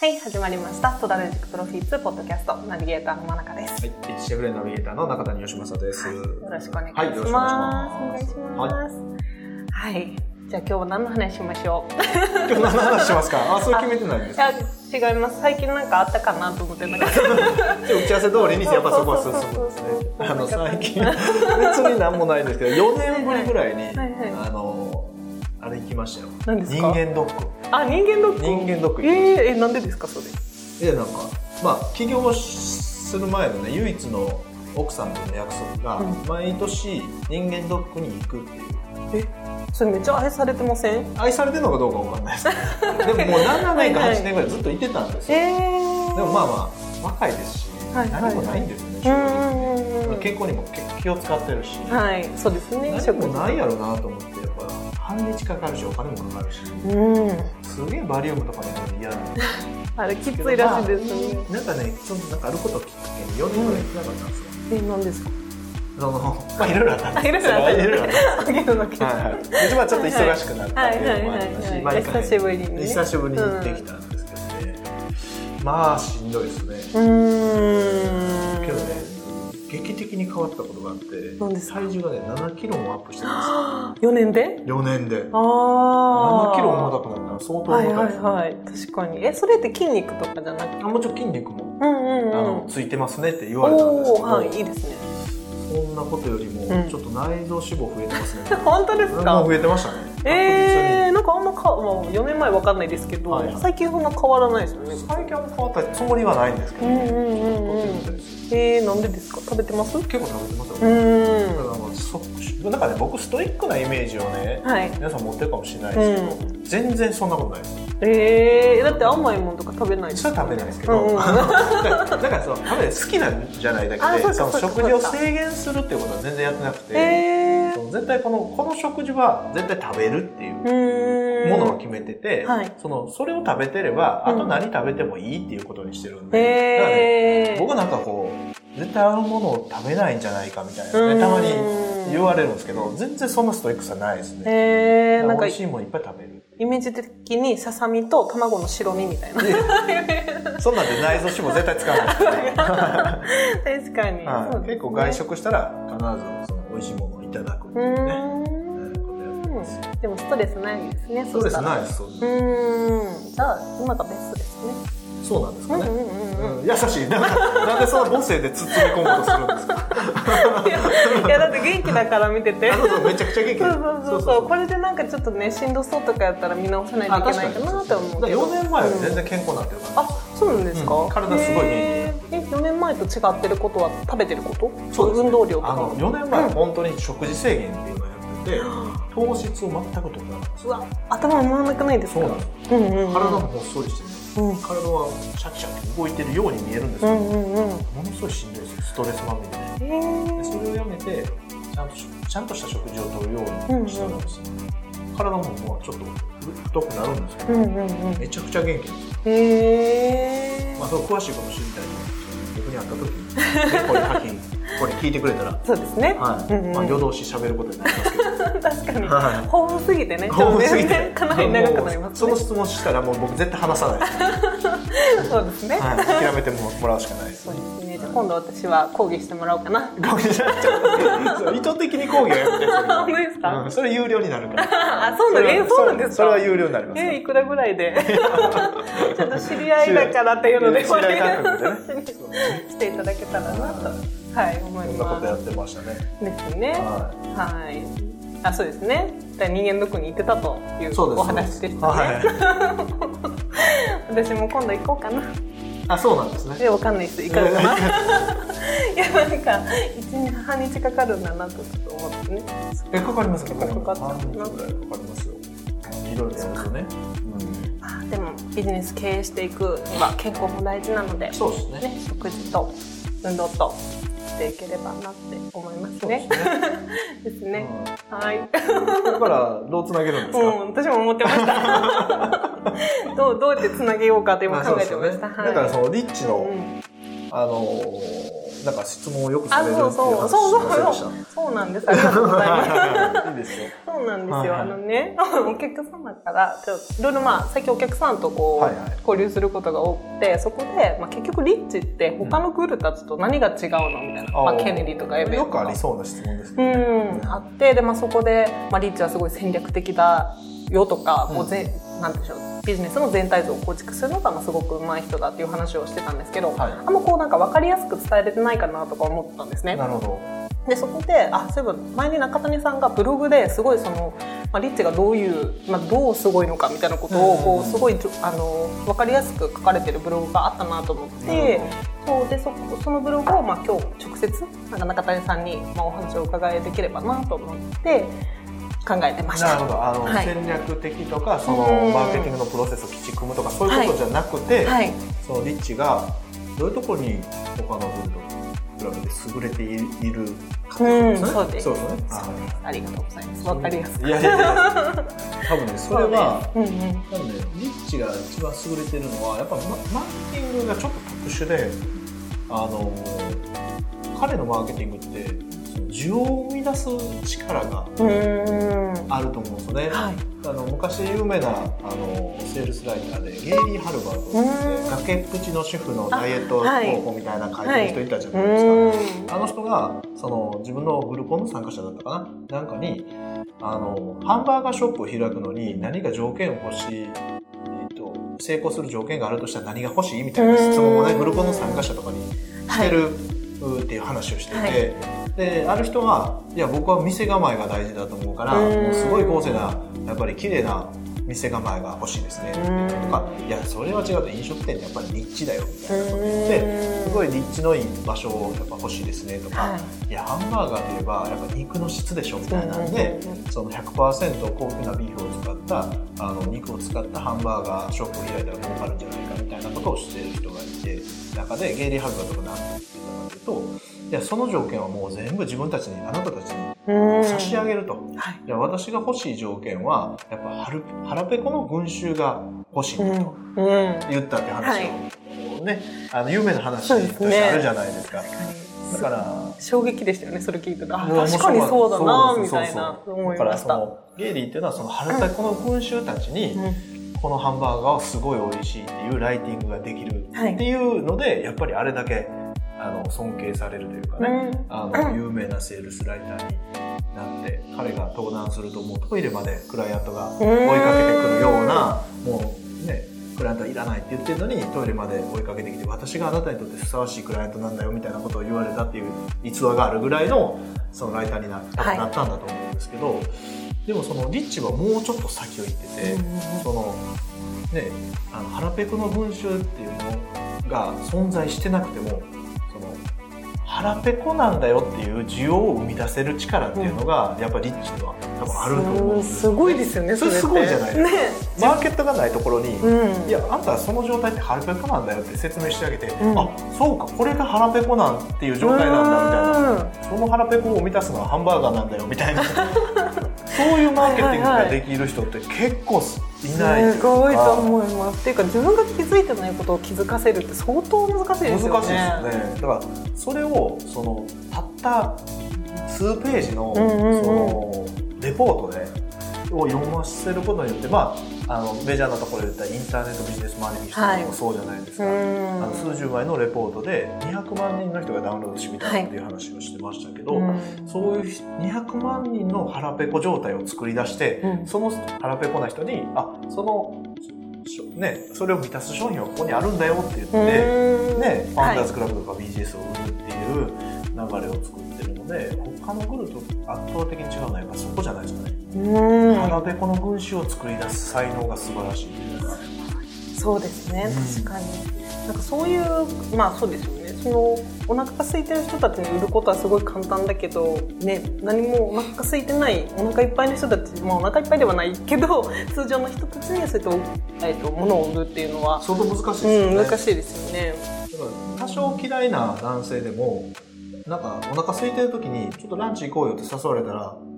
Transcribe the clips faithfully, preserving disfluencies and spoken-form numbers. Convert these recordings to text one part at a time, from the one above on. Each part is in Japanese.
はい、始まりました。ストラテジックプロフィッツポッドキャストナビゲーターの真中です。 はい、ピッチシェフレンナビゲーターの中谷義正です。 よろしくお願いします。 はい、よろしくお願いします。 お願いします。はい、はい、じゃあ今日は何の話しましょう。 今日何の話しますか。あ、それ決めてないんですか。 いや、違います。最近なんかあったかなと思ってなんか打ち合わせ通りにやっぱそこは進むんですね。あの最近別に何もないんですけど、よねんぶりぐらいに、はいはいはい、あのあれ行きましたよ。 何ですか。 人間ドック。 あ、人間ドック。 人間ドック。 えー、え、なんでですかそれ。 いや、なんかまあ起業する前のね、唯一の奥さんとの約束が、うん、毎年人間ドックに行くっていう。 え、それめっちゃ愛されてません？ 愛されてるのかどうかわかんないですでももうななねんかはちねんぐらいずっと行ってたんですよ。はいはい、でもまあまあ若いですし、はいはいはい、何もないんですよね、正直。健康にも気を使ってるし、 はい、そうですね。 何もないやろなと思って、やっぱ半日かかるしお金もかかるし、うん、すげえバリウムとか飲むの嫌なんですあれきついらしいですね。 なんかね、そのなんかあることをきっかけによねんぐらい行ってなかったんですよ。 うん、え、何ですか。 あのまあいろいろあったんです。いろいろあったんです。いろいろあったんです。はいはい。一番ちょっと忙しくなったっていうのもありますし、毎回久しぶりにね、久しぶりに行ってきたんですけどね。まあしんどいですね。うーん。けどね、劇的に変わったことがあって、体重がねななキロもアップしてます。 よねんで？ よねんで。 ああ。 ななキロ重たくなったら相当重たいですね。はいはいはい。確かに。え、それって筋肉とかじゃなくて？ あ、もちろん筋肉も、 うんうんうん、 あのついてますねって言われたんですけど。 はい、いいですね。 そんなことよりもちょっと内臓脂肪増えてますね。 うん、本当ですか？ もう増えてましたね。 えー、なんかあんまか、もうよねんまえわかんないですけど、はいはい、最近そんな変わらないですよね。 最近は変わったつもりはないんですけど、ね、うんうんうんうん、 えー、なんでですか？食べてます？ 結構食べてますよ。うん。だからまあそなんかね、僕ストイックなイメージをね、はい、皆さん持ってるかもしれないですけど、うん、全然そんなことないです。 えー、だって甘いものとか食べないですか？ それは食べないですけど、うんうん、だからそう食べ好きなんじゃないだけで、その食事を制限するっていうことは全然やってなくて、えー、絶対このこの食事は絶対食べるっていうものを決めてて、はい、そのそれを食べてれば、あと何食べてもいいっていうことにしてるんで、えー、だからね、僕なんかこう絶対あのものを食べないんじゃないかみたいなね、たまに言われるんですけど、全然そんなストイックさないですね。 えー、なんか美味しいものいっぱい食べる。 イメージ的にささみと卵の白身みたいな。 そんなんで内臓脂肪絶対使わないです確かに、 はい、そうですね。結構外食したら必ずその美味しいものをいただくっていうね、 うん、でもストレスないですね。 ストレスないです。そうです。 うん、じゃあ今がベストですね。 そうなんですかね。うんうんうんうん、優しい。なんかなんでその母性で包み込もうとするんですか。 い, やいやだって元気だから見てて。 そうそう、めちゃくちゃ元気。 そうそうそうそう。これでなんかちょっとねしんどそうとかやったら見直さないといけないかなと思う。 よねんまえより全然健康になってるから。 うん、あ、そうなんですか。うん、 体すごい元気。え、 よねんまえと違ってることは食べてること？そうですね、運動量とか。 あのよねんまえは本当に食事制限っていうのをやってて、うん、糖質を全く取らない。 うわ、頭回らなくないですか？そうなんです。うんうんうん、 体もほっそりしてる。うん、体はシャキシャキ動いてるように見えるんですけど、うんうんうん、ものすごいしんどいですよ、ストレスまみれで。でそれをやめてちゃんとちゃんとした食事をとるようにしてるんですよ、うんうん、体ももうちょっと太くなるんですけど、うんうんうん、めちゃくちゃ元気です。へー、まあ、その詳しいこと知りたいと思って僕に会った時にこれ書きこれ聞いてくれたらそうですね、 はい、うんうん、まあ、夜通し喋ることになりますけど確かに、はい、豊富すぎてね、豊富すぎてかなり長くなりますね。 その質問したらもう僕絶対話さないです、ね、 そうですね、 はい、諦めてもらうしかないです。 そうですね。じゃあ今度私は講義してもらおうかな。 講義しちゃう意図的に講義はやめて本当ですか、 うん、それ有料になるからあ、そうなんです、えー、そうなんですか。 それは有料になります、 えー、いくらぐらいでちょっと知り合いだからっていうので知り合い感覚でねしていただけたらなと、はい、思います。 そんなことやってましたね。 ですね。はい。はい、あ、そうですね。人間ドックに行ってたというお話でしたね。はい、私も今度行こうかな。 あ、そうなんですね。 え、わかんないです。行かるかな。いや、なんか一日半日かかるんだなとちょっと思ってね。 え、かかりますか。かかります。 半日ぐらいかかりますよ。いろいろやるとね。 うん、あ、でもビジネス経営していくには健康も大事なので、 そうですね。ね、 食事と運動としていければなって思いますね。ですね。うん、はい。 ここからどうつなげるんですか。 うん、私も思ってました。どうどうやってつなげようかって今考えてました。 まあ、ね、はい、だからそのリッチの、うん、あのー、 なんか質問をよくされるっていう話をそうそうそうそうそうなんです。ありがとうございます。 いいですよ。 そうなんですよ。はいはい、あのね、お客様からちょっといろいろまあ最近お客さんとこう、はいはい、交流することが多くて、そこでまあ結局リッチって他のグルたちと何が違うのみたいな、うん、まあケネディとかエベンとかよくありそうな質問ですね。 うん、あってでまあそこでまあリッチはすごい戦略的だよとか、うん、もうぜなんでしょう。ビジネスの全体像を構築するのがすごく上手い人だっていう話をしてたんですけど、はい、あんまこうなんか分かりやすく伝えれてないかなとか思ったんですね。 なるほど。 でそこであそういえば前に中谷さんがブログですごいその、まあ、リッチがどういう、まあ、どうすごいのかみたいなことをこうすごいあの分かりやすく書かれてるブログがあったなと思って、そうで そ, そのブログをまあ今日直接なんか中谷さんにまあお話をお伺いできればなと思って考えてました。 なるほど。あの、はい、戦略的とかそのマーケティングのプロセスをきち組むとかそういうことじゃなくて、はいはい、そのリッチがどういうところに他のブルド比べて優れているか、 うん、そうです。 そうですね。 ありがとうございます。わかりやすく。 いやいやいや。多分ねそれは、 うんうん、多分ねリッチが一番優れてるのはやっぱマーケティングがちょっと特殊で、あの彼のマーケティングって需要を生み出す力があると思うんですよね。はい、あの昔有名なあのセールスライターでゲイリー・ハルバートって崖っぷちの主婦のダイエット方法みたいな書いてる人いたじゃないですか。はい、あの人がその自分のグルコンの参加者だったかななんかにあのハンバーガーショップを開くのに何か条件を欲しい、えーと、成功する条件があるとしたら何が欲しいみたいな質問をねグルコンの参加者とかにしてる、はい、っていう話をしていて、はい、である人はいや僕は店構えが大事だと思うからもうすごい豪勢なやっぱり綺麗な店構えが欲しいですねとかいやそれは違うと飲食店ってやっぱり立地だよみたいなこと言ってすごい立地のいい場所をやっぱ欲しいですねとか、はい、いやハンバーガーといえばやっぱ肉の質でしょみたいなんでその ひゃくパーセント 高級なビーフを使ったあの肉を使ったハンバーガーショップを開いたら儲かるんじゃないかみたいなことをしている人がいて中でゲイリー・ハルバーとか何て言ってたかというといやその条件はもう全部自分たちにあなたたちに差し上げると、はい、いや私が欲しい条件はやっぱ腹ペコの群衆が欲しいんだと言ったって話をね、はい、あの有名な話としてあるじゃないですか。だから衝撃でしたよねそれ聞いてた。確かにそうだなみたいな思いました。だからそのゲイリーっていうのはその腹ペコの群衆たちに、うん、このハンバーガーはすごい美味しいっていうライティングができるっていうので、はい、やっぱりあれだけあの尊敬されるというかね、うん、あの有名なセールスライターになって彼が登壇するともうトイレまでクライアントが追いかけてくるようなもうねクライアントはいらないって言ってるのにトイレまで追いかけてきて私があなたにとってふさわしいクライアントなんだよみたいなことを言われたっていう逸話があるぐらいのそのライターになった、はい、なったんだと思うんですけどでもそのリッチはもうちょっと先を行ってて、うん、そのねあの腹ペコの群衆っていうのが存在してなくても腹ペコなんだよっていう需要を生み出せる力っていうのが、うん、やっぱりリッチには多分あると思うんですよ、ね、 すごいですよねそれすごいじゃないですか、ね、マーケットがないところに、うん、いやあんたはその状態って腹ペコなんだよって説明してあげて、うん、あそうかこれが腹ペコなんっていう状態なんだみたいなその腹ペコを満たすのはハンバーガーなんだよみたいなそういうマーケティングができる人って結構いないすごいと思いますっていうか自分が気づいてないことを気づかせるって相当難しいですよね。 難しいですよね。だからそれをそのたった数ページの、うんうんうん、そのレポートでを読ませることによって、まあ、あのメジャーなところで言ったらインターネットビジネスマネフィストもそうじゃないですか、はい、あの数十枚のレポートでにひゃくまんにんの人がダウンロードしてみたっていう話をしてましたけど、はい、そういうにひゃくまんにんの腹ペコ状態を作り出して、うん、その腹ペコな人にあそのね、それを満たす商品はここにあるんだよって言って、ね、ファウンダーズクラブとか ビージーエス を売るっていう流れを作ってるので他のグループと圧倒的に違うのはやっぱそこじゃないですかね。うん腹ペコの群衆を作り出す才能が素晴らしいというかそうですね、うん、確かになんかそういうまあそうですよねそのお腹が空いてる人たちに売ることはすごい簡単だけど、ね、何もお腹が空いてないお腹いっぱいの人たち、まあ、お腹いっぱいではないけど通常の人たちにそういった、えー、と物を売るっていうのは相当難しいですよね、 うん、難しいですよね。 だから多少嫌いな男性でもなんかお腹空いてる時にちょっとランチ行こうよって誘われたら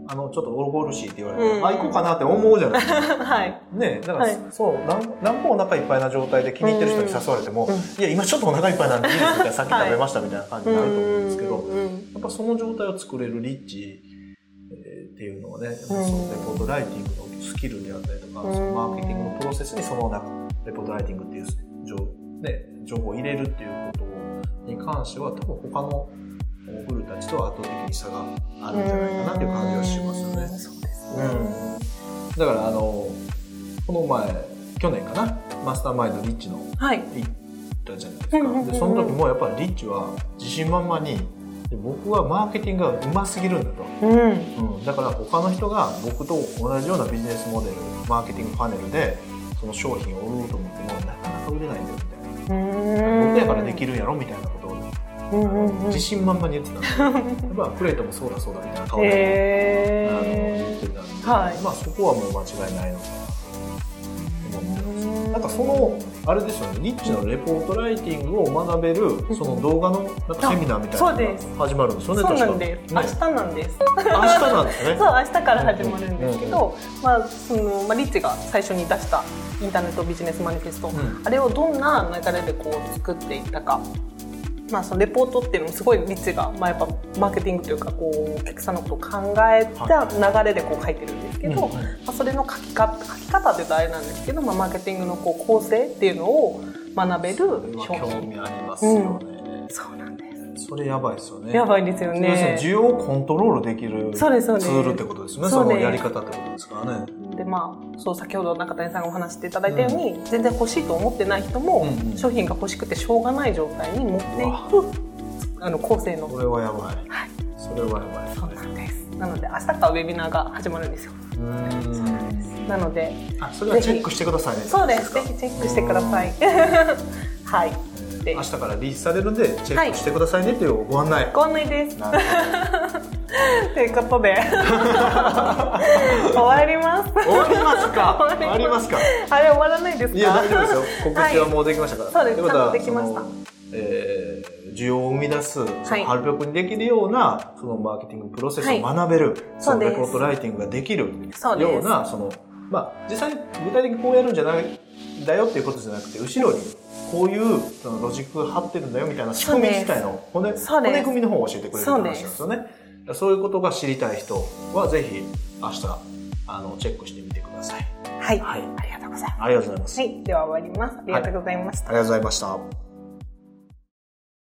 あの、ちょっとオルゴールシーって言われて、うん、あ、行こうかなって思うじゃないですか。 はい。 ね、だから、はい、そう、何個お腹いっぱいな状態で気に入ってる人に誘われても、うん、いや、今ちょっとお腹いっぱいなんでいいですみたいな、さっき食べましたみたいな感じになると思うんですけど、はい、やっぱその状態を作れるリッチ、えー、っていうのはね、そのレポートライティングのスキルであったりとか、そのマーケティングのプロセスにそのレポートライティングっていう情、ね、情報を入れるっていうことに関しては、多分他のグルたちとは圧倒的に差があるんじゃないかなっていう感じはしますよね。 そうですね。 うん。だからあの、この前、去年かな、マスターマインドリッチの行ったじゃないですか。はい、で、その時もやっぱりリッチは自信満々に、僕はマーケティングがうますぎるんだと。うんうん、だから他の人が僕と同じようなビジネスモデル、マーケティングパネルでその商品を売ろうと思ってもなかなか売れないんだよみたいな。僕やからできるんやろみたいなことを、うんうんうん、自信満々に言ってたんで、やっぱプレートもそうだそうだみたいな顔で、えー、あの言ってたんで、はい、まあそこはもう間違いないのかなと思ってます。なんかそのあれですよね、リッチのレポートライティングを学べるその動画のなんかセミナーみたいなのが始まるんですよね。 そうなんです。明日なんです。 明日なんですね。 そう、明日から始まるんですけど、まあそのまあリッチが最初に出したインターネットビジネスマニフェスト、うん、あれをどんな流れでこう作っていったか。まあ、そのレポートっていうのもすごいリッチが、まあ、やっぱマーケティングというかこうお客さんのことを考えた流れでこう書いてるんですけど、はい、まあ、それの書き方、書き方って言うとあれなんですけど、まあ、マーケティングのこう構成っていうのを学べる商品。 興味ありますよね、 うん、そうなんです。 それやばいですよね。 やばいですよね。 需要をコントロールできるツールってことですね。そのやり方ってことですからね。 でまあ、そう先ほど中谷さんがお話していただいたように、うん、全然欲しいと思ってない人も、うんうん、商品が欲しくてしょうがない状態に持っていくあの構成の。 それはやばい。 はい。 それはやばい。 そうなんです。なので明日からウェビナーが始まるんですよ。うーん。そうなんです。なので、 あ、それはチェックしてくださいね。 そうです。ぜひチェックしてください。はい。 で、明日からリリースされるんでチェックしてくださいねというご案内。 ご案内です。なるほど。ということで終わります。 終わりますか。終わりますか。 あれ終わらないですか。 いや大丈夫ですよ。告知はもうできましたから。 そうです。ちゃんとできました。 えー、需要を生み出す、そのハルペコにできるような、そのマーケティングプロセスを学べる、はい、そのレポートライティングができるような、その、まあ、実際に具体的にこうやるんじゃない、だよっていうことじゃなくて、後ろにこういうそのロジックが張ってるんだよみたいな仕組み自体の骨、骨組みの方を教えてくれるって話なんですよね。そういうことが知りたい人はぜひ明日、あの、チェックしてみてください。 はい。はい。ありがとうございます。 ありがとうございます。 はい。では終わります。ありがとうございました。 はい、ありがとうございました。